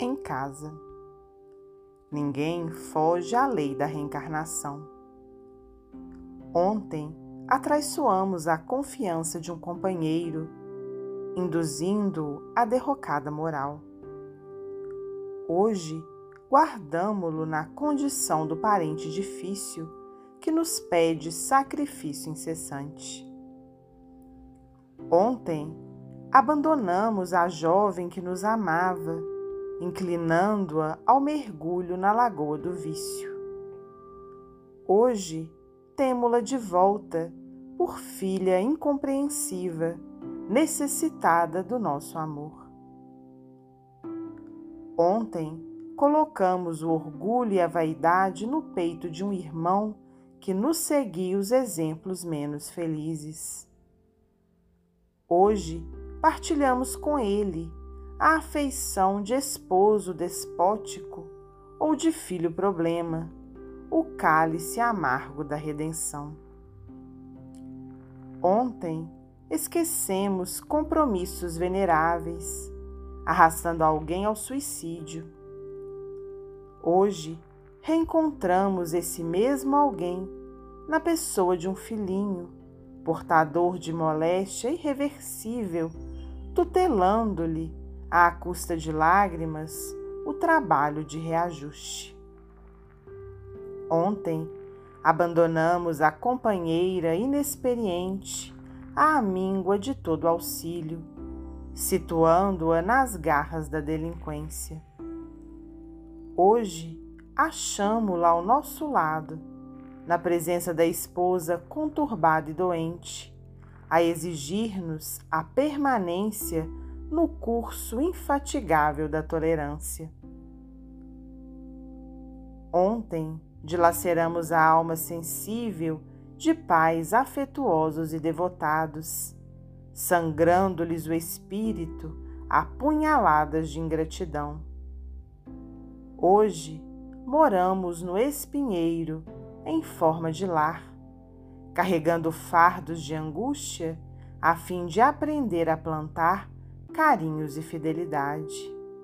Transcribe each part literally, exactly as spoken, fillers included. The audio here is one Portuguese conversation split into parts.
em casa. Ninguém foge à lei da reencarnação. Ontem, atraiçoamos a confiança de um companheiro, induzindo-o à derrocada moral. Hoje, guardamo-lo na condição do parente difícil que nos pede sacrifício incessante. Ontem, abandonamos a jovem que nos amava, inclinando-a ao mergulho na lagoa do vício. Hoje, temo-la de volta, por filha incompreensiva, necessitada do nosso amor. Ontem, colocamos o orgulho e a vaidade no peito de um irmão que nos seguia os exemplos menos felizes. Hoje, partilhamos com ele a afeição de esposo despótico ou de filho problema, o cálice amargo da redenção. Ontem, esquecemos compromissos veneráveis, arrastando alguém ao suicídio. Hoje, reencontramos esse mesmo alguém na pessoa de um filhinho, portador de moléstia irreversível, tutelando-lhe, à custa de lágrimas, o trabalho de reajuste. Ontem, abandonamos a companheira inexperiente à amíngua de todo auxílio, situando-a nas garras da delinquência. Hoje, achamo-la ao nosso lado, na presença da esposa conturbada e doente, a exigir-nos a permanência no curso infatigável da tolerância. Ontem, dilaceramos a alma sensível de pais afetuosos e devotados, sangrando-lhes o espírito a punhaladas de ingratidão. Hoje, moramos no espinheiro, em forma de lar, carregando fardos de angústia, a fim de aprender a plantar carinhos e fidelidade.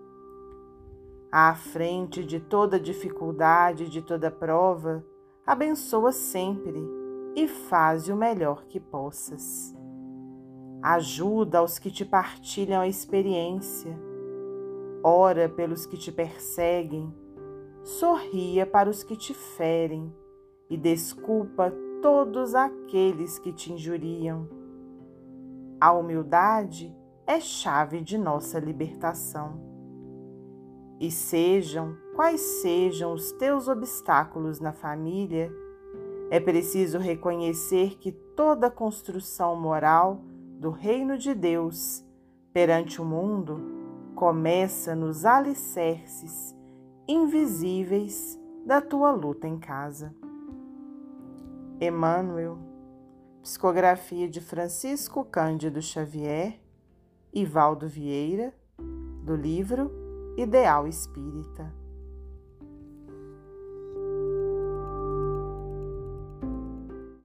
À frente de toda dificuldade e de toda prova, abençoa sempre e faze o melhor que possas. Ajuda aos que te partilham a experiência, ora pelos que te perseguem, sorria para os que te ferem e desculpa todos aqueles que te injuriam. A humildade é chave de nossa libertação. E sejam quais sejam os teus obstáculos na família, é preciso reconhecer que toda construção moral do reino de Deus perante o mundo começa nos alicerces invisíveis da tua luta em casa. Emmanuel, psicografia de Francisco Cândido Xavier e Valdo Vieira, do livro Ideal Espírita.